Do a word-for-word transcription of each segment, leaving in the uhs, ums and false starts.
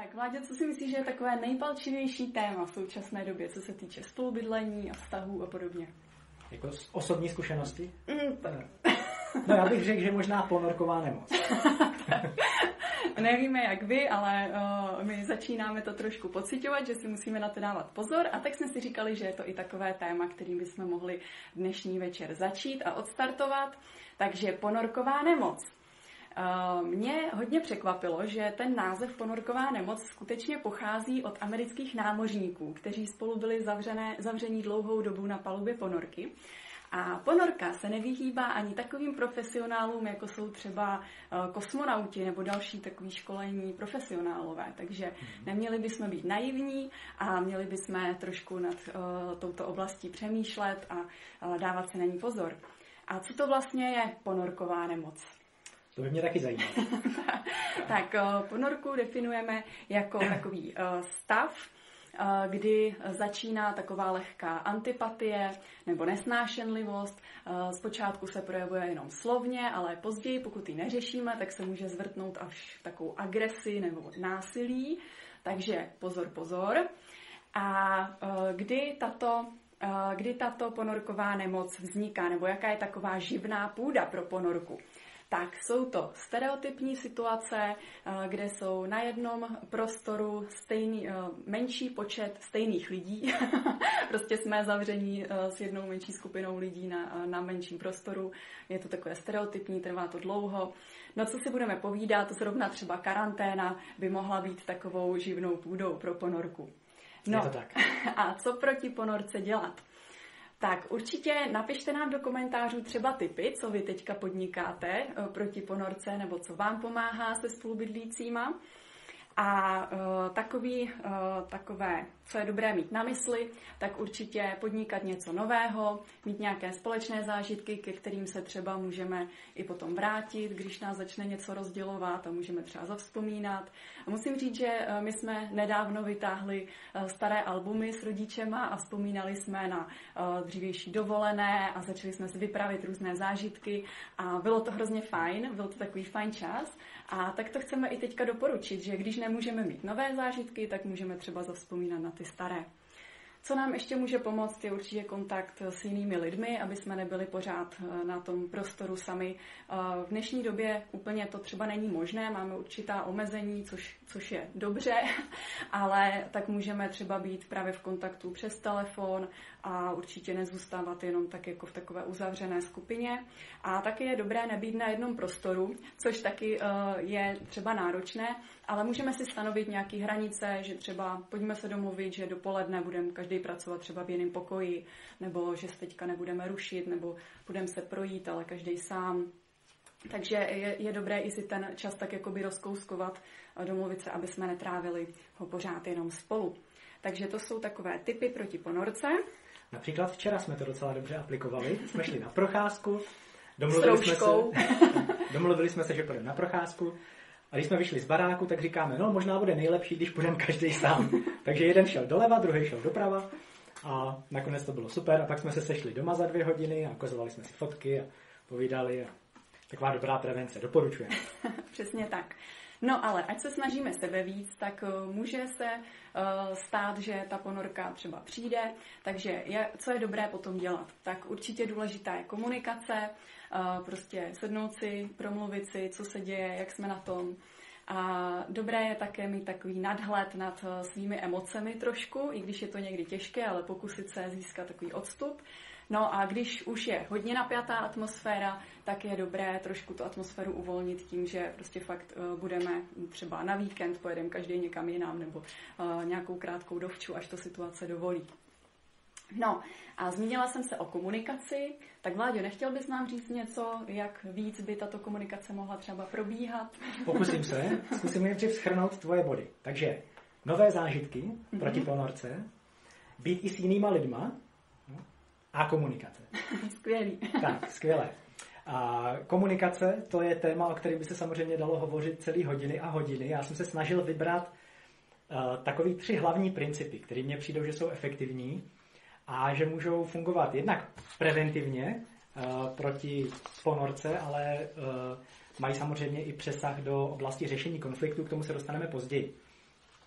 Tak Vláďo, co si myslíš, že je takové nejpalčivější téma v současné době, co se týče spolubydlení a vztahů a podobně? Jako osobní zkušenosti? Mm, to... No já bych řekl, že možná ponorková nemoc. Nevíme jak vy, ale uh, my začínáme to trošku pociťovat, že si musíme na to dávat pozor a tak jsme si říkali, že je to i takové téma, kterým bychom mohli dnešní večer začít a odstartovat. Takže ponorková nemoc. Uh, mě hodně překvapilo, že ten název ponorková nemoc skutečně pochází od amerických námořníků, kteří spolu byli zavřené, zavření dlouhou dobu na palubě ponorky. A ponorka se nevyhýbá ani takovým profesionálům, jako jsou třeba uh, kosmonauti nebo další takový školení profesionálové. Takže neměli bychom být naivní a měli bychom trošku nad uh, touto oblastí přemýšlet a uh, dávat si na ní pozor. A co to vlastně je ponorková nemoc? To by mě taky zajímalo. Tak ponorku definujeme jako takový stav, kdy začíná taková lehká antipatie nebo nesnášenlivost. Zpočátku se projevuje jenom slovně, ale později, pokud ji neřešíme, tak se může zvrtnout až v takovou agresi nebo násilí. Takže pozor, pozor. A kdy tato, kdy tato ponorková nemoc vzniká, nebo jaká je taková živná půda pro ponorku? Tak jsou to stereotypní situace, kde jsou na jednom prostoru stejný, menší počet stejných lidí. Prostě jsme zavření s jednou menší skupinou lidí na, na menším prostoru. Je to takové stereotypní, trvá to dlouho. No co si budeme povídat, zrovna třeba karanténa by mohla být takovou živnou půdou pro ponorku. No, je to tak. A co proti ponorce dělat? Tak určitě napište nám do komentářů třeba tipy, co vy teďka podnikáte proti ponorce, nebo co vám pomáhá se spolubydlícíma. A uh, takový, uh, takové, co je dobré mít na mysli, tak určitě podnikat něco nového, mít nějaké společné zážitky, ke kterým se třeba můžeme i potom vrátit, když nás začne něco rozdělovat a můžeme třeba zavzpomínat. A musím říct, že uh, my jsme nedávno vytáhli uh, staré albumy s rodičema a vzpomínali jsme na uh, dřívější dovolené a začali jsme si vyprávět různé zážitky a bylo to hrozně fajn, byl to takový fajn čas. A tak to chceme i teďka doporučit, že když nemůžeme mít nové zážitky, tak můžeme třeba zavzpomínat na ty staré. Co nám ještě může pomoct, je určitě kontakt s jinými lidmi, aby jsme nebyli pořád na tom prostoru sami. V dnešní době úplně to třeba není možné, máme určitá omezení, což, což je dobře, ale tak můžeme třeba být právě v kontaktu přes telefon a určitě nezůstávat jenom tak jako v takové uzavřené skupině. A taky je dobré nebýt na jednom prostoru, což taky je třeba náročné, ale můžeme si stanovit nějaké hranice, že třeba pojďme se domluvit, že dopoledne budeme každý pracovat třeba v jiném pokoji, nebo že se teďka nebudeme rušit, nebo budeme se projít, ale každý sám. Takže je, je dobré i si ten čas tak jakoby rozkouskovat a domluvit se, aby jsme netrávili ho pořád jenom spolu. Takže to jsou takové tipy proti ponorce. Například včera jsme to docela dobře aplikovali. Jsme šli na procházku, domluvili jsme se, domluvili jsme se, že půjdeme na procházku. A když jsme vyšli z baráku, tak říkáme, no možná bude nejlepší, když půjdeme každý sám. Takže jeden šel doleva, druhý šel doprava a nakonec to bylo super. A pak jsme se sešli doma za dvě hodiny a ukazovali jsme si fotky a povídali. A taková dobrá prevence, doporučujeme. Přesně tak. No ale ať se snažíme sebe víc, tak uh, může se uh, stát, že ta ponorka třeba přijde. Takže je, co je dobré potom dělat? Tak určitě důležitá je komunikace, uh, prostě sednout si, promluvit si, co se děje, jak jsme na tom. A dobré je také mít takový nadhled nad uh, svými emocemi trošku, i když je to někdy těžké, ale pokusit se získat takový odstup. No a když už je hodně napjatá atmosféra, tak je dobré trošku tu atmosféru uvolnit tím, že prostě fakt uh, budeme třeba na víkend, pojedeme každý někam jinam nebo uh, nějakou krátkou dovču, až to situace dovolí. No a zmínila jsem se o komunikaci, tak Vláďo, nechtěl bys nám říct něco, jak víc by tato komunikace mohla třeba probíhat? Pokusím se, zkusím nejdřív shrnout tvoje body. Takže nové zážitky mm-hmm. proti ponorce, být i s jinýma lidma, a komunikace. Skvělý. Tak, skvělé. A komunikace, to je téma, o kterém by se samozřejmě dalo hovořit celý hodiny a hodiny. Já jsem se snažil vybrat uh, takový tři hlavní principy, které mně přijdou, že jsou efektivní a že můžou fungovat jednak preventivně uh, proti ponorce, ale uh, mají samozřejmě i přesah do oblasti řešení konfliktu, k tomu se dostaneme později.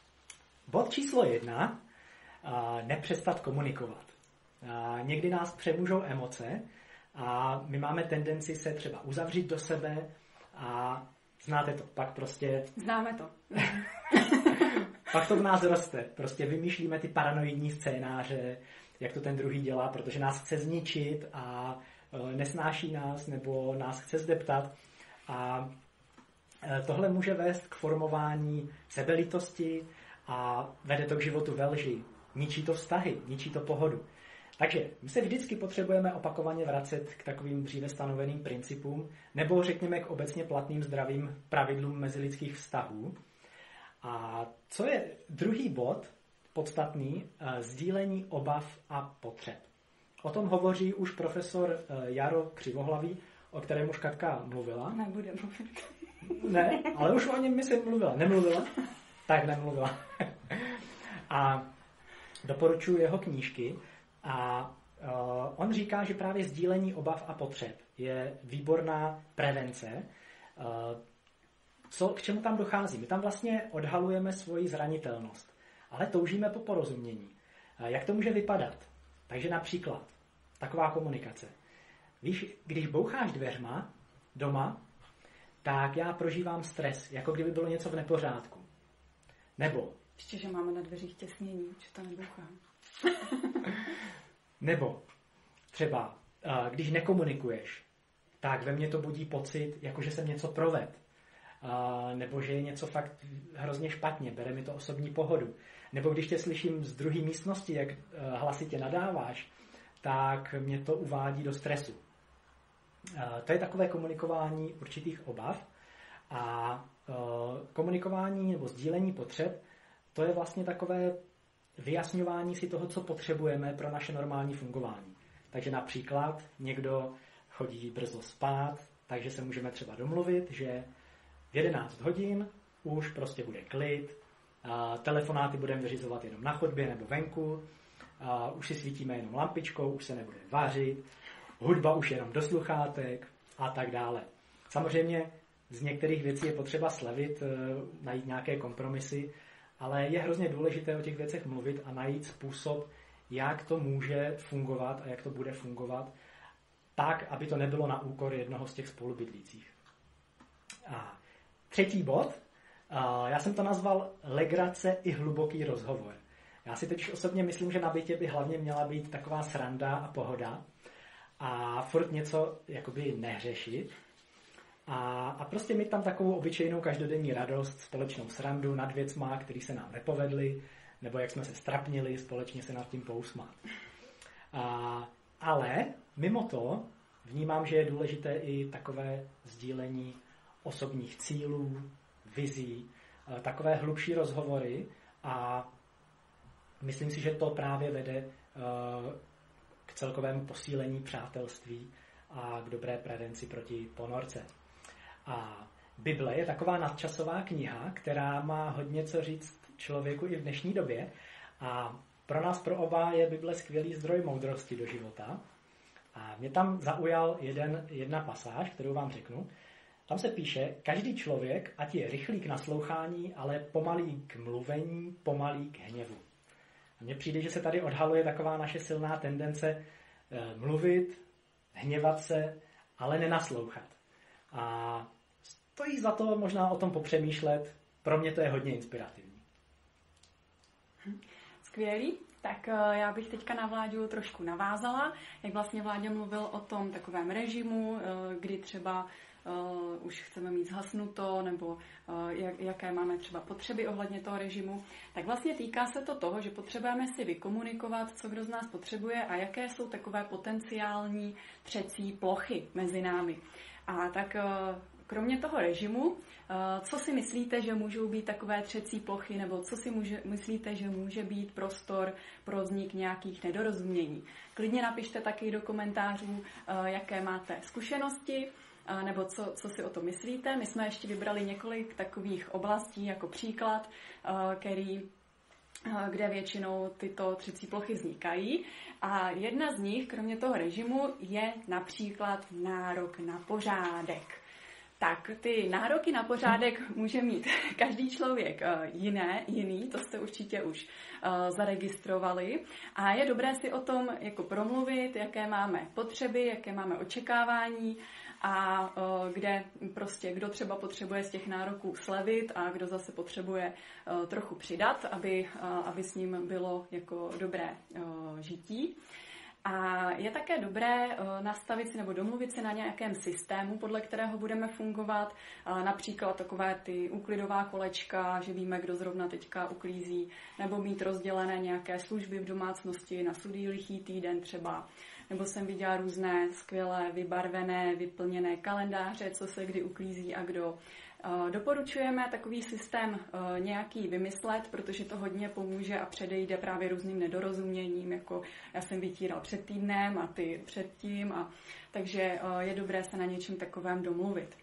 bod číslo jedna, nepřestat komunikovat. Někdy nás přemůžou emoce a my máme tendenci se třeba uzavřít do sebe a znáte to, pak prostě... Známe to. Pak to v nás roste. Prostě vymýšlíme ty paranoidní scénáře, jak to ten druhý dělá, protože nás chce zničit a nesnáší nás nebo nás chce zdeptat. A tohle může vést k formování sebelítosti a vede to k životu ve lži. Ničí to vztahy, ničí to pohodu. Takže my se vždycky potřebujeme opakovaně vracet k takovým dříve stanoveným principům nebo řekněme k obecně platným zdravým pravidlům mezilidských vztahů. A co je druhý bod podstatný? Sdílení obav a potřeb. O tom hovoří už profesor Jaro Křivohlavý, o kterém už Katka mluvila. Nebude mluvit. Ne, ale už o něm myslím mluvila. Nemluvila? Tak nemluvila. A doporučuji jeho knížky. A uh, on říká, že právě sdílení obav a potřeb je výborná prevence. Uh, co, k čemu tam dochází? My tam vlastně odhalujeme svoji zranitelnost, ale toužíme po porozumění. Uh, jak to může vypadat? Takže například taková komunikace. Víš, když boucháš dveřma doma, tak já prožívám stres, jako kdyby bylo něco v nepořádku. Nebo... Ještě, že máme na dveřích těsnění, že to nebouchám. Nebo třeba, když nekomunikuješ, tak ve mně to budí pocit, jako že jsem něco provedl. Nebo že je něco fakt hrozně špatně, bere mi to osobní pohodu. Nebo když tě slyším z druhé místnosti, jak hlasitě nadáváš, tak mě to uvádí do stresu. To je takové komunikování určitých obav. A komunikování nebo sdílení potřeb, to je vlastně takové vyjasňování si toho, co potřebujeme pro naše normální fungování. Takže například někdo chodí brzo spát, takže se můžeme třeba domluvit, že v jedenáct hodin už prostě bude klid, a telefonáty budeme vyřizovat jenom na chodbě nebo venku, a už si svítíme jenom lampičkou, už se nebude vařit, hudba už jenom do sluchátek a tak dále. Samozřejmě z některých věcí je potřeba slevit, najít nějaké kompromisy, ale je hrozně důležité o těch věcech mluvit a najít způsob, jak to může fungovat a jak to bude fungovat, tak, aby to nebylo na úkor jednoho z těch spolubydlících. A třetí bod, a já jsem to nazval legrace i hluboký rozhovor. Já si teď osobně myslím, že na bytě by hlavně měla být taková sranda a pohoda a furt něco jakoby neřešit. A, a prostě mít tam takovou obyčejnou každodenní radost, společnou srandu nad věcma, které se nám nepovedly, nebo jak jsme se strapnili, společně se nad tím pousmát. A, ale mimo to vnímám, že je důležité i takové sdílení osobních cílů, vizí, takové hlubší rozhovory a myslím si, že to právě vede k celkovému posílení přátelství a k dobré prevenci proti ponorce. A Bible je taková nadčasová kniha, která má hodně co říct člověku i v dnešní době. A pro nás, pro oba, je Bible skvělý zdroj moudrosti do života. A mě tam zaujal jeden, jedna pasáž, kterou vám řeknu. Tam se píše, každý člověk, ať je rychlý k naslouchání, ale pomalý k mluvení, pomalý k hněvu. A mně přijde, že se tady odhaluje taková naše silná tendence e, mluvit, hněvat se, ale nenaslouchat. A stojí za to možná o tom popřemýšlet. Pro mě to je hodně inspirativní. Skvělý. Tak já bych teďka na Vláďu trošku navázala, jak vlastně Vláďa mluvil o tom takovém režimu, kdy třeba uh, už chceme mít zhasnuto, nebo uh, jak, jaké máme třeba potřeby ohledně toho režimu. Tak vlastně týká se to toho, že potřebujeme si vykomunikovat, co kdo z nás potřebuje a jaké jsou takové potenciální třecí plochy mezi námi. A tak uh, kromě toho režimu, co si myslíte, že můžou být takové třecí plochy, nebo co si může, myslíte, že může být prostor pro vznik nějakých nedorozumění? Klidně napište taky do komentářů, jaké máte zkušenosti, nebo co, co si o to myslíte. My jsme ještě vybrali několik takových oblastí jako příklad, který, kde většinou tyto třecí plochy vznikají. A jedna z nich, kromě toho režimu, je například nárok na pořádek. Tak ty nároky na pořádek může mít každý člověk jiné, jiný, to jste určitě už zaregistrovali. A je dobré si o tom jako promluvit, jaké máme potřeby, jaké máme očekávání a kde prostě, kdo třeba potřebuje z těch nároků slevit a kdo zase potřebuje trochu přidat, aby, aby s ním bylo jako dobré žití. A je také dobré nastavit si nebo domluvit si na nějakém systému, podle kterého budeme fungovat. Například takové ty úklidová kolečka, že víme, kdo zrovna teďka uklízí, nebo mít rozdělené nějaké služby v domácnosti na sudý lichý týden třeba. Nebo jsem viděla různé skvělé, vybarvené, vyplněné kalendáře, co se kdy uklízí a kdo. Doporučujeme takový systém nějaký vymyslet, protože to hodně pomůže a předejde právě různým nedorozuměním, jako já jsem vytíral před týdnem a ty předtím, a takže je dobré se na něčem takovém domluvit.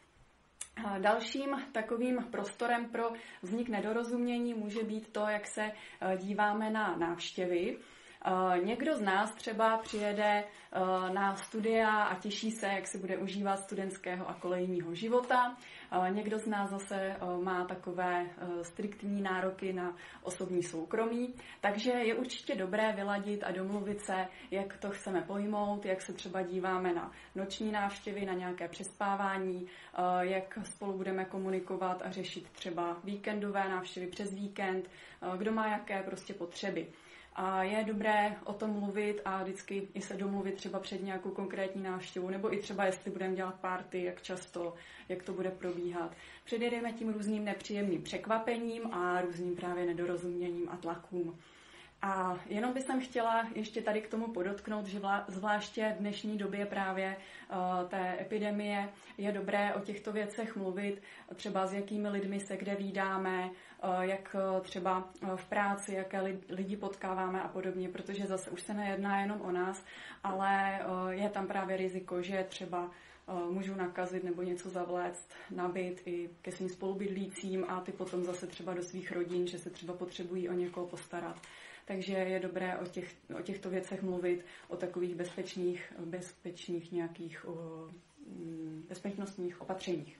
Dalším takovým prostorem pro vznik nedorozumění může být to, jak se díváme na návštěvy. Někdo z nás třeba přijede na studia a těší se, jak si bude užívat studentského a kolejního života. Někdo z nás zase má takové striktní nároky na osobní soukromí. Takže je určitě dobré vyladit a domluvit se, jak to chceme pojmout, jak se třeba díváme na noční návštěvy, na nějaké přespávání, jak spolu budeme komunikovat a řešit třeba víkendové návštěvy přes víkend, kdo má jaké prostě potřeby. A je dobré o tom mluvit a vždycky i se domluvit třeba před nějakou konkrétní návštěvou, nebo i třeba jestli budeme dělat party, jak často, jak to bude probíhat. Předjedeme tím různým nepříjemným překvapením a různým právě nedorozuměním a tlakům. A jenom bych chtěla ještě tady k tomu podotknout, že vlá, zvláště v dnešní době právě uh, té epidemie je dobré o těchto věcech mluvit, třeba s jakými lidmi se kde vídáme, uh, jak uh, třeba uh, v práci, jaké li, lidi potkáváme a podobně, protože zase už se nejedná jenom o nás, ale uh, je tam právě riziko, že třeba uh, můžou nakazit nebo něco zavléct na byt i ke svým spolubydlícím a ty potom zase třeba do svých rodin, že se třeba potřebují o někoho postarat. Takže je dobré o, těch, o těchto věcech mluvit, o takových bezpečných, bezpečných nějakých o, bezpečnostních opatřeních.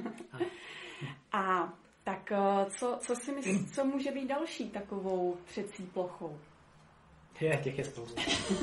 A tak co, co si myslíš, co může být další takovou přecí plochou? Je, těch je spoustu.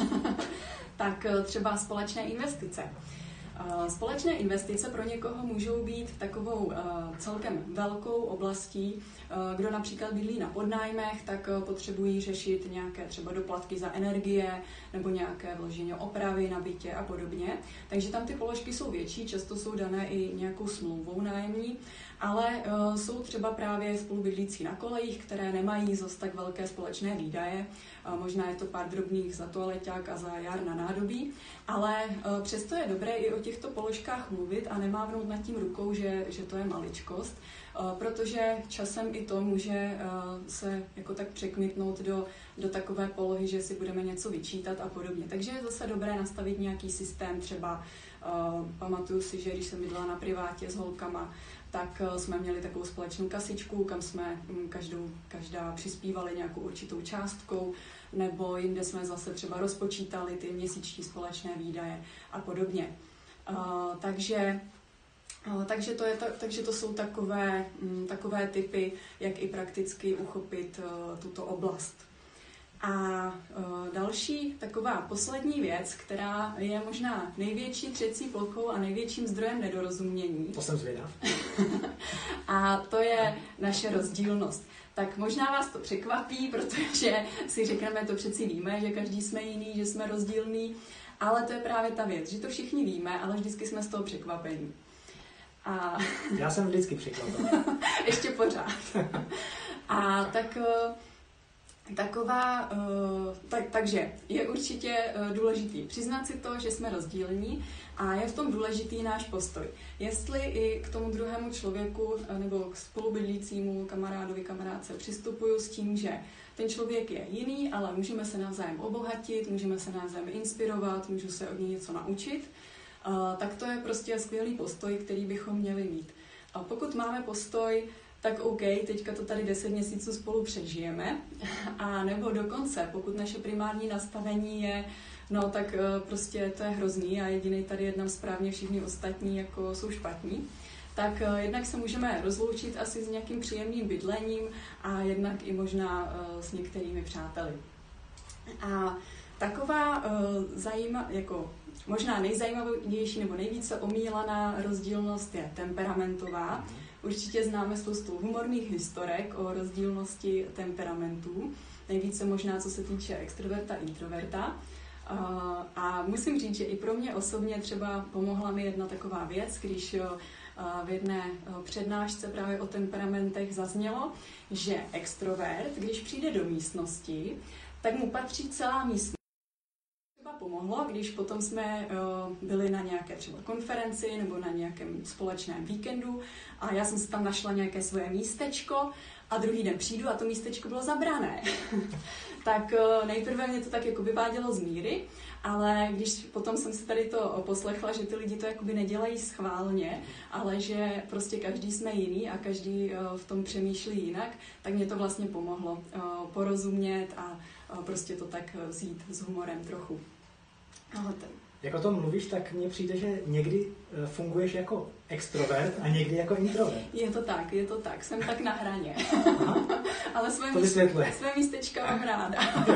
Tak třeba společné investice. Společné investice pro někoho můžou být takovou celkem velkou oblastí. Kdo například bydlí na podnájmech, tak potřebují řešit nějaké třeba doplatky za energie nebo nějaké vloženě opravy na bytě a podobně. Takže tam ty položky jsou větší, často jsou dané i nějakou smlouvou nájemní, ale jsou třeba právě spolubydlící na kolejích, které nemají zas tak velké společné výdaje. Možná je to pár drobných za toaleťák a za jar na nádobí, ale přesto je dobré i o těchto položkách mluvit a nemávnout nad tím rukou, že, že to je maličkost, protože časem i to může se jako tak překmitnout do, do takové polohy, že si budeme něco vyčítat a podobně. Takže je zase dobré nastavit nějaký systém, třeba pamatuju si, že když jsem bydlela na privátě s holkama, tak jsme měli takovou společnou kasičku, kam jsme každou, každá přispívali nějakou určitou částkou, nebo jinde jsme zase třeba rozpočítali ty měsíční společné výdaje a podobně. Uh, takže, uh, takže, to je ta, takže to jsou takové, um, takové typy, jak i prakticky uchopit uh, tuto oblast. A uh, další taková poslední věc, která je možná největší třecí plochou a největším zdrojem nedorozumění. To jsem zvědav. A to je naše rozdílnost. Tak možná vás to překvapí, protože si řekneme, to přeci víme, že každý jsme jiný, že jsme rozdílný, ale to je právě ta věc, že to všichni víme, ale vždycky jsme z toho překvapení. A... Já jsem vždycky překvapený. Ještě pořád. A tak... Taková, tak, takže je určitě důležitý přiznat si to, že jsme rozdílní a je v tom důležitý náš postoj. Jestli i k tomu druhému člověku nebo k spolubydlícímu kamarádovi, kamarádce přistupuju s tím, že ten člověk je jiný, ale můžeme se navzájem obohatit, můžeme se navzájem inspirovat, můžu se od něj něco naučit, tak to je prostě skvělý postoj, který bychom měli mít. A pokud máme postoj, tak OK, teďka to tady deset měsíců spolu přežijeme, a nebo dokonce, pokud naše primární nastavení je, no tak prostě to je hrozný a jediný tady jednám správně, všichni ostatní jako jsou špatní, tak jednak se můžeme rozloučit asi s nějakým příjemným bydlením a jednak i možná s některými přáteli. A taková zajímavá, jako možná nejzajímavější nebo nejvíce omílaná rozdílnost je temperamentová. Určitě známe spoustu humorných historek o rozdílnosti temperamentů. Nejvíce možná, co se týče extroverta, introverta. A musím říct, že i pro mě osobně třeba pomohla mi jedna taková věc, když v jedné přednášce právě o temperamentech zaznělo, že extrovert, když přijde do místnosti, tak mu patří celá místnost. Třeba pomohlo, když potom jsme byli na nějaké třeba konferenci nebo na nějakém společném víkendu a já jsem si tam našla nějaké svoje místečko a druhý den přijdu a to místečko bylo zabrané. Tak nejprve mě to tak jako vyvádělo z míry, ale když potom jsem si tady to poslechla, že ty lidi to jakoby nedělají schválně, ale že prostě každý jsme jiný a každý v tom přemýšlí jinak, tak mě to vlastně pomohlo porozumět a prostě to tak vzít s humorem trochu. Jak o tom mluvíš, tak mně přijde, že někdy funguješ jako extrovert a někdy jako introvert. Je to tak, je to tak. Jsem tak na hraně. Ale své, to míst, své místečka mám ráda.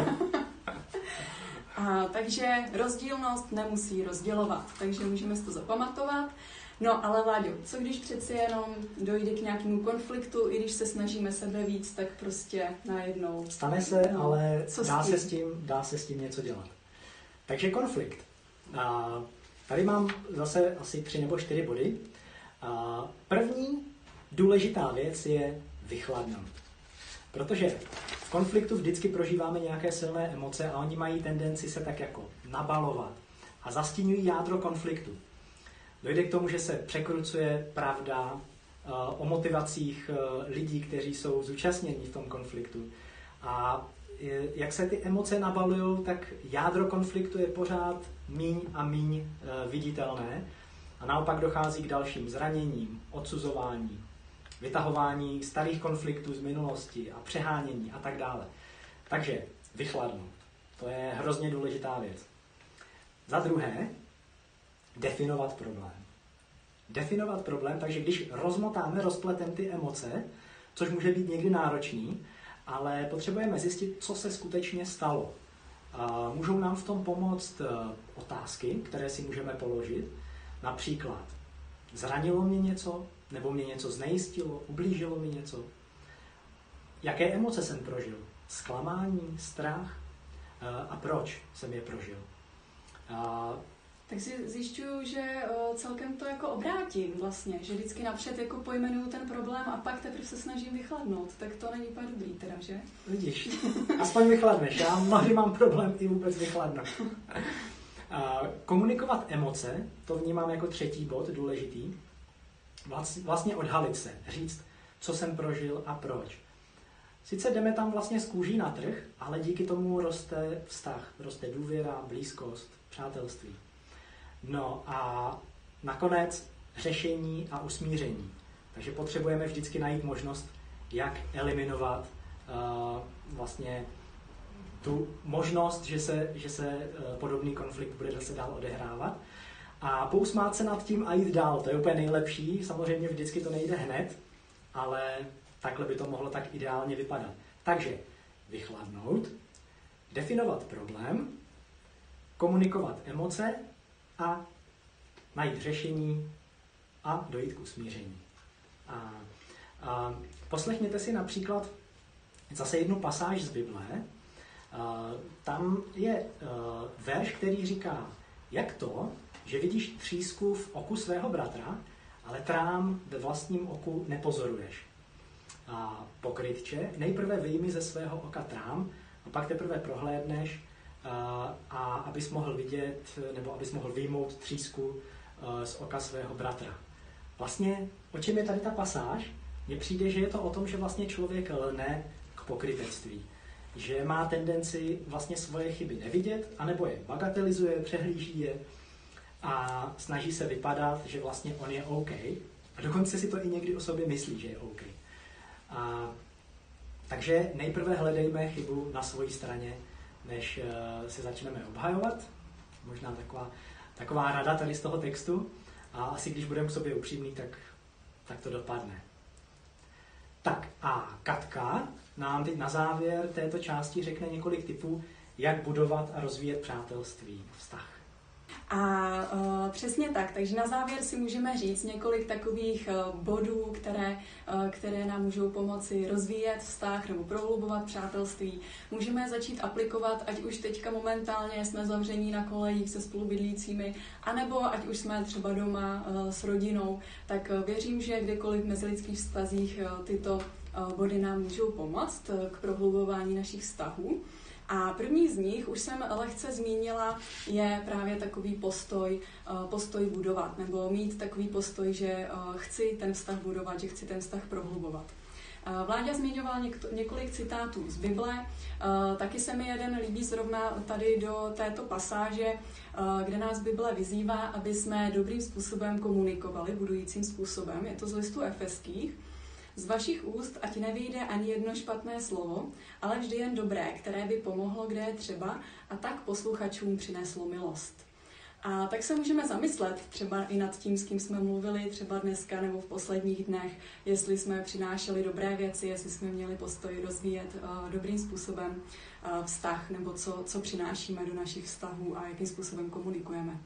A, takže rozdílnost nemusí rozdělovat, takže můžeme si to zapamatovat. No ale Láďo, co když přeci jenom dojde k nějakému konfliktu, i když se snažíme sebe víc, tak prostě najednou... Stane se, no, ale dá se, s tím, dá se s tím něco dělat. Takže konflikt. A tady mám zase asi tři nebo čtyři body. A první důležitá věc je vychladnout. Protože v konfliktu vždycky prožíváme nějaké silné emoce a oni mají tendenci se tak jako nabalovat a zastíňují jádro konfliktu. Dojde k tomu, že se překrucuje pravda o motivacích lidí, kteří jsou zúčastnění v tom konfliktu. A jak se ty emoce nabalují, tak jádro konfliktu je pořád míň a míň viditelné a naopak dochází k dalším zraněním, odsuzování, vytahování starých konfliktů z minulosti a přehánění a tak dále. Takže vychladnout. To je hrozně důležitá věc. Za druhé, definovat problém. Definovat problém, takže když rozmotáme, rozpletem ty emoce, což může být někdy náročný, ale potřebujeme zjistit, co se skutečně stalo. Můžou nám v tom pomoct otázky, které si můžeme položit. Například, zranilo mě něco, nebo mě něco znejistilo, ublížilo mi něco. Jaké emoce jsem prožil? Zklamání, strach a proč jsem je prožil? Tak si zjišťuju, že celkem to jako obrátím vlastně, že vždycky napřed jako pojmenuju ten problém a pak teprve se snažím vychladnout. Tak to není úplně dobrý teda, že? Vidíš, aspoň vychladneš. Já mnohdy mám problém i vůbec vychladnout. Komunikovat emoce, to vnímám jako třetí bod, důležitý. Vlastně odhalit se, říct, co jsem prožil a proč. Sice jdeme tam vlastně z kůží na trh, ale díky tomu roste vztah, roste důvěra, blízkost, přátelství. No a nakonec řešení a usmíření. Takže potřebujeme vždycky najít možnost, jak eliminovat uh, vlastně tu možnost, že se, že se uh, podobný konflikt bude zase dál odehrávat. A pousmát se nad tím a jít dál, to je úplně nejlepší. Samozřejmě vždycky to nejde hned, ale takhle by to mohlo tak ideálně vypadat. Takže vychladnout, definovat problém, komunikovat emoce a najít řešení a dojít k usmíření. A, a poslechněte si například zase jednu pasáž z Bible. A, tam je a, verš, který říká, jak to, že vidíš třísku v oku svého bratra, ale trám ve vlastním oku nepozoruješ. A pokrytče, nejprve vyjmi ze svého oka trám a pak teprve prohlédneš, a, a abys mohl vidět, nebo abys mohl vyjmout třísku z oka svého bratra. Vlastně, o čem je tady ta pasáž? Mně přijde, že je to o tom, že vlastně člověk lne k pokrytectví. Že má tendenci vlastně svoje chyby nevidět, anebo je bagatelizuje, přehlíží je a snaží se vypadat, že vlastně on je OK. A dokonce si to i někdy o sobě myslí, že je OK. A, takže nejprve hledejme chybu na své straně, než uh, se začneme obhajovat. Možná taková, taková rada tady z toho textu. A asi když budeme k sobě upřímní, tak tak to dopadne. Tak a Katka nám teď na závěr této části řekne několik tipů, jak budovat a rozvíjet přátelství, vztah. A uh, přesně tak, takže na závěr si můžeme říct několik takových uh, bodů, které, uh, které nám můžou pomoci rozvíjet vztah nebo prohlubovat přátelství. Můžeme začít aplikovat, ať už teďka momentálně jsme zavření na kolejích se spolubydlícími, anebo ať už jsme třeba doma uh, s rodinou, tak uh, věřím, že kdekoliv v mezilidských vztazích uh, tyto uh, body nám můžou pomoct uh, k prohlubování našich vztahů. A první z nich, už jsem lehce zmínila, je právě takový postoj, postoj budovat, nebo mít takový postoj, že chci ten vztah budovat, že chci ten vztah prohlubovat. Vláďa zmiňoval několik citátů z Bible, taky se mi jeden líbí zrovna tady do této pasáže, kde nás Bible vyzývá, aby jsme dobrým způsobem komunikovali, budujícím způsobem, je to z listu Efeských. Z vašich úst ať nevyjde ani jedno špatné slovo, ale vždy jen dobré, které by pomohlo, kde je třeba, a tak posluchačům přineslo milost. A tak se můžeme zamyslet třeba i nad tím, s kým jsme mluvili třeba dneska nebo v posledních dnech, jestli jsme přinášeli dobré věci, jestli jsme měli postoj rozvíjet uh, dobrým způsobem uh, vztah, nebo co, co přinášíme do našich vztahů a jakým způsobem komunikujeme.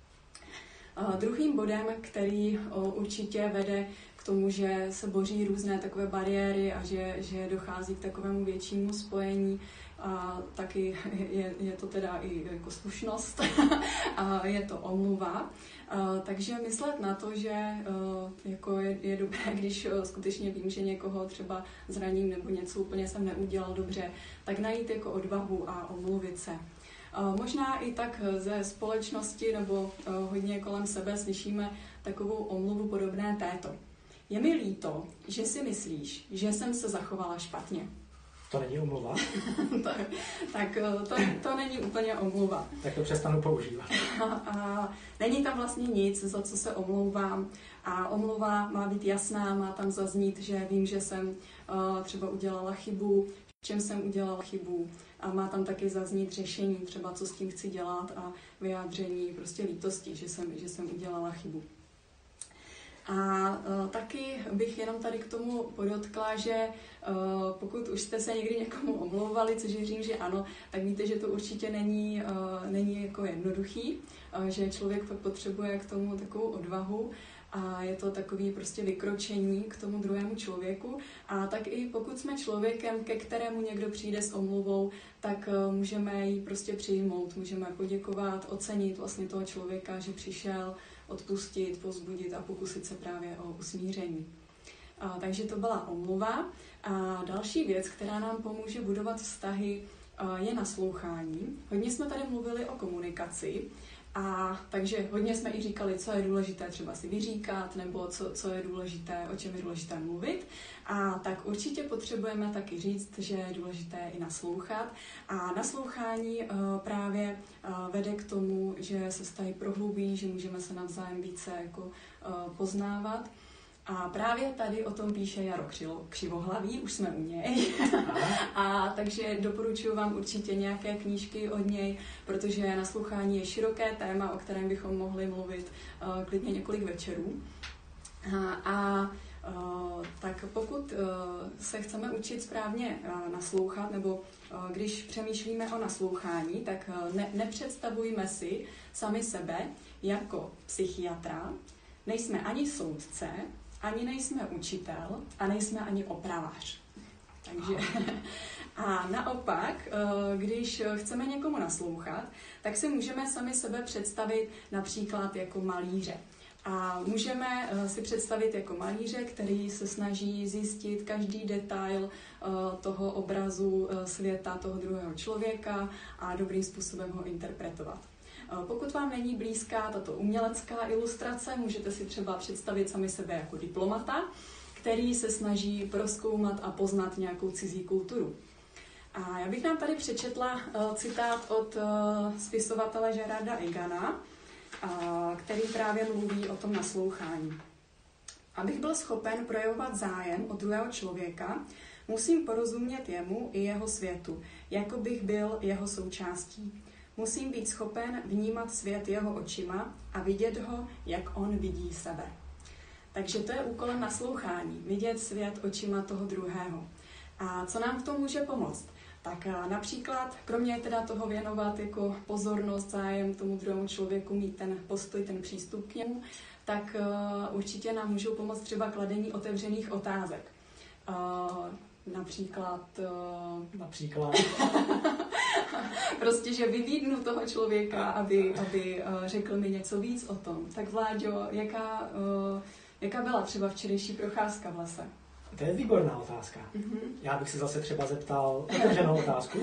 Uh, druhým bodem, který uh, určitě vede k tomu, že se boří různé takové bariéry a že, že dochází k takovému většímu spojení. A taky je, je to teda i jako slušnost a je to omluva. A, takže myslet na to, že jako je, je dobré, když skutečně vím, že někoho třeba zraním nebo něco úplně jsem neudělal dobře, tak najít jako odvahu a omluvit se. Možná i tak ze společnosti nebo hodně kolem sebe slyšíme takovou omluvu podobné této. Je mi líto, že si myslíš, že jsem se zachovala špatně. To není omluva? tak tak to, to není úplně omluva. Tak to přestanu používat. A, a není tam vlastně nic, za co se omlouvám. A omluva má být jasná, má tam zaznít, že vím, že jsem uh, třeba udělala chybu, v čem jsem udělala chybu. A má tam taky zaznít řešení, třeba co s tím chci dělat a vyjádření prostě lítosti, že jsem, že jsem udělala chybu. A uh, taky bych jenom tady k tomu podotkla, že uh, pokud už jste se někdy někomu omlouvali, což věřím, že ano, tak víte, že to určitě není, uh, není jako jednoduchý, uh, že člověk fakt potřebuje k tomu takovou odvahu a je to takový prostě vykročení k tomu druhému člověku. A tak i pokud jsme člověkem, ke kterému někdo přijde s omluvou, tak uh, můžeme ji prostě přijmout, můžeme poděkovat, ocenit vlastně toho člověka, že přišel, odpustit, povzbudit a pokusit se právě o usmíření. A, takže to byla omluva. A další věc, která nám pomůže budovat vztahy, a, je naslouchání. Hodně jsme tady mluvili o komunikaci, a takže hodně jsme i říkali, co je důležité třeba si vyříkat, nebo co, co je důležité, o čem je důležité mluvit. A tak určitě potřebujeme taky říct, že je důležité i naslouchat. A naslouchání uh, právě uh, vede k tomu, že se vztahy prohlubí, že můžeme se navzájem více jako, uh, poznávat. A právě tady o tom píše Jaro Křivohlavý, už jsme u něj. A takže doporučuji vám určitě nějaké knížky od něj, protože naslouchání je široké téma, o kterém bychom mohli mluvit uh, klidně několik večerů. A, a uh, tak pokud uh, se chceme učit správně uh, naslouchat, nebo uh, když přemýšlíme o naslouchání, tak uh, ne, nepředstavujme si sami sebe jako psychiatra, nejsme ani soudce, ani nejsme učitel a nejsme ani opravář. Takže a naopak, když chceme někomu naslouchat, tak si můžeme sami sebe představit například jako malíře. A můžeme si představit jako malíře, který se snaží zjistit každý detail toho obrazu světa toho druhého člověka a dobrým způsobem ho interpretovat. Pokud vám není blízká tato umělecká ilustrace, můžete si třeba představit sami sebe jako diplomata, který se snaží prozkoumat a poznat nějakou cizí kulturu. A já bych nám tady přečetla citát od spisovatele Gerarda Egana, který právě mluví o tom naslouchání. Abych byl schopen projevovat zájem o druhého člověka, musím porozumět jemu i jeho světu, jako bych byl jeho součástí. Musím být schopen vnímat svět jeho očima a vidět ho, jak on vidí sebe. Takže to je úkolem naslouchání, vidět svět očima toho druhého. A co nám v tom může pomoct? Tak například, kromě teda toho věnovat jako pozornost, zájem tomu druhému člověku, mít ten postoj, ten přístup k němu, tak uh, určitě nám můžou pomoct třeba kladení otevřených otázek. Uh, například... Uh, například... prostě, že vybídnu toho člověka, aby, aby uh, řekl mi něco víc o tom. Tak Vláďo, jaká, uh, jaká byla třeba včerejší procházka v lese? To je výborná otázka. Mm-hmm. Já bych se zase třeba zeptal otevřenou otázku.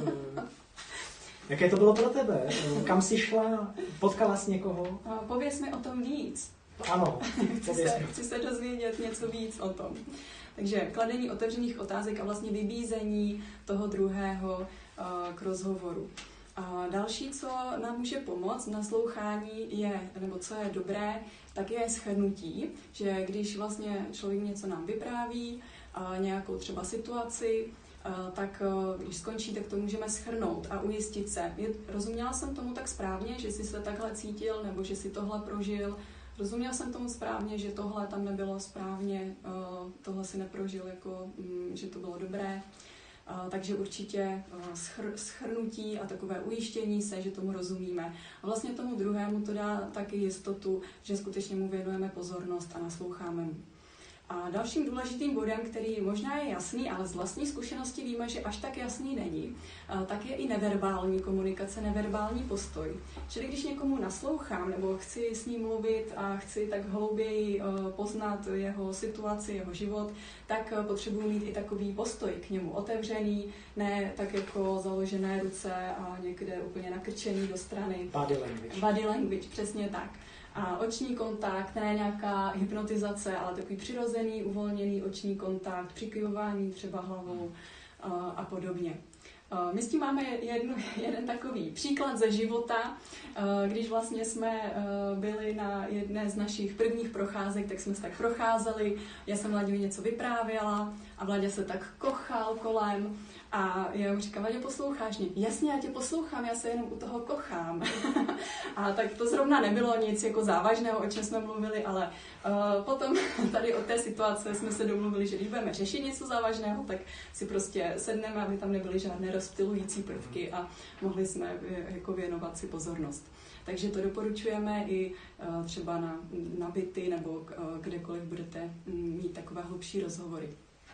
Jaké to bylo pro tebe? Kam jsi šla? Potkala jsi někoho? Pověz mi o tom víc. Ano. chci, se, chci se dozvědět něco víc o tom. Takže kladení otevřených otázek a vlastně vybízení toho druhého uh, k rozhovoru. A další, co nám může pomoct naslouchání je, nebo co je dobré, tak je shrnutí, že když vlastně člověk něco nám vypráví, a nějakou třeba situaci, a tak když skončí, tak to můžeme shrnout a ujistit se. Je, rozuměla jsem tomu tak správně, že jsi se takhle cítil, nebo že jsi tohle prožil. Rozuměl jsem tomu správně, že tohle tam nebylo správně, tohle si neprožil, jako, že to bylo dobré. Uh, takže určitě uh, schr- schrnutí a takové ujištění se, že tomu rozumíme. A vlastně tomu druhému to dá taky jistotu, že skutečně mu věnujeme pozornost a nasloucháme mu. A dalším důležitým bodem, který možná je jasný, ale z vlastní zkušenosti víme, že až tak jasný není, tak je i neverbální komunikace, neverbální postoj. Čili když někomu naslouchám nebo chci s ním mluvit a chci tak hlouběji poznat jeho situaci, jeho život, tak potřebuji mít i takový postoj k němu otevřený, ne tak jako založené ruce a někde úplně nakrčený do strany. Body language. Body language, přesně tak. A oční kontakt, ne nějaká hypnotizace, ale takový přirozený, uvolněný oční kontakt, přikyvování třeba hlavou a, a podobně. My s tím máme jednu, jeden takový příklad ze života. Když vlastně jsme byli na jedné z našich prvních procházek, tak jsme se tak procházeli, já jsem Vláďovi něco vyprávěla a Vláďa se tak kochal kolem. A já mu říkám, Vláďo, posloucháš mě? Jasně, já tě poslouchám, já se jenom u toho kochám. A tak to zrovna nebylo nic jako závažného, o čem jsme mluvili, ale uh, potom tady od té situace jsme se domluvili, že když budeme řešit něco závažného, tak si prostě sedneme, aby tam nebyly žádné rozptylující prvky a mohli jsme jako věnovat si pozornost. Takže to doporučujeme i uh, třeba na, na byty nebo uh, kdekoliv budete mít takové hlubší rozhovory.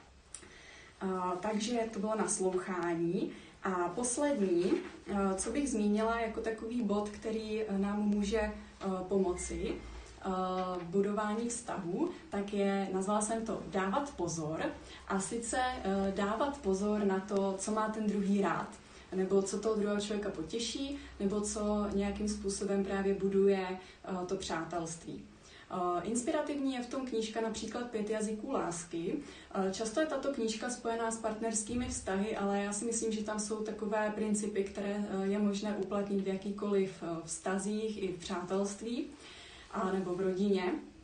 Uh, takže to bylo naslouchání. A poslední, uh, co bych zmínila jako takový bod, který nám může uh, pomoci uh, budování vztahu, tak je, nazvala jsem to dávat pozor. A sice uh, dávat pozor na to, co má ten druhý rád, nebo co toho druhého člověka potěší, nebo co nějakým způsobem právě buduje uh, to přátelství. Inspirativní je v tom knížka například Pět jazyků lásky. Často je tato knížka spojená s partnerskými vztahy, ale já si myslím, že tam jsou takové principy, které je možné uplatnit v jakýkoliv vztazích i v přátelství a nebo v rodině.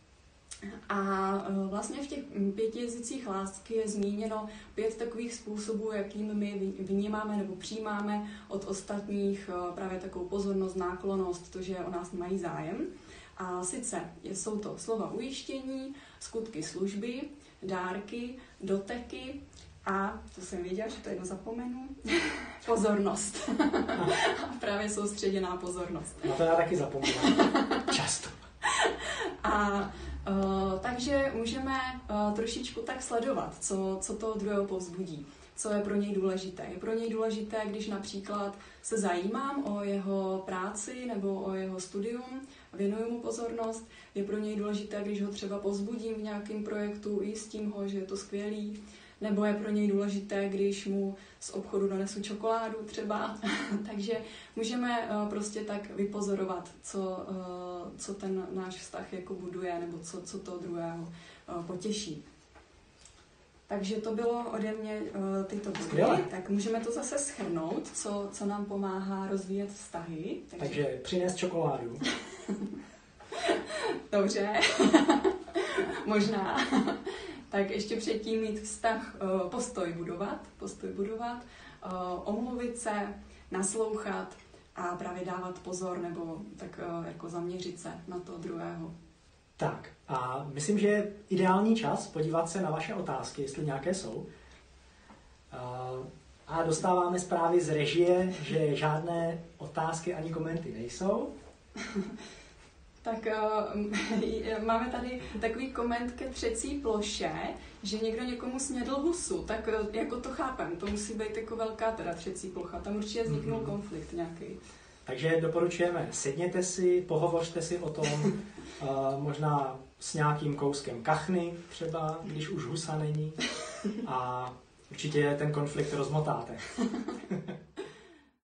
A vlastně v těch pěti jazycích lásky je zmíněno pět takových způsobů, jakým my vnímáme nebo přijímáme od ostatních právě takovou pozornost, náklonnost, to, že o nás mají zájem. A sice jsou to slova ujištění, skutky služby, dárky, doteky a, to jsem věděla, že to jedno zapomenu, pozornost. Právě soustředěná pozornost. No to já taky zapomínám. Často. A uh, takže můžeme uh, trošičku tak sledovat, co, co toho druhého povzbudí, co je pro něj důležité. Je pro něj důležité, když například se zajímám o jeho práci nebo o jeho studium, věnuju mu pozornost. Je pro něj důležité, když ho třeba povzbudím v nějakém projektu, ujistím ho, že je to skvělý. Nebo je pro něj důležité, když mu z obchodu donesu čokoládu třeba. Takže můžeme uh, prostě tak vypozorovat, co, uh, co ten náš vztah jako buduje, nebo co, co toho druhého uh, potěší. Takže to bylo ode mě uh, tyto body. Tak můžeme to zase shrnout, co, co nám pomáhá rozvíjet vztahy. Takže, Takže přines čokoládu. Dobře. Možná. Tak ještě předtím mít vztah, uh, postoj budovat, postoj budovat, uh, omluvit se, naslouchat a právě dávat pozor nebo tak uh, jako zaměřit se na toho druhého. Tak a myslím, že je ideální čas podívat se na vaše otázky, jestli nějaké jsou. A dostáváme zprávy z režie, že žádné otázky ani komenty nejsou. Tak uh, máme tady takový koment ke třecí ploše, že někdo někomu snědl husu, tak uh, jako to chápem, to musí být jako velká teda třecí plocha, tam určitě vzniknul mm-hmm. konflikt nějaký. Takže doporučujeme, sedněte si, pohovořte si o tom, uh, možná s nějakým kouskem kachny třeba, když už husa není, a určitě ten konflikt rozmotáte.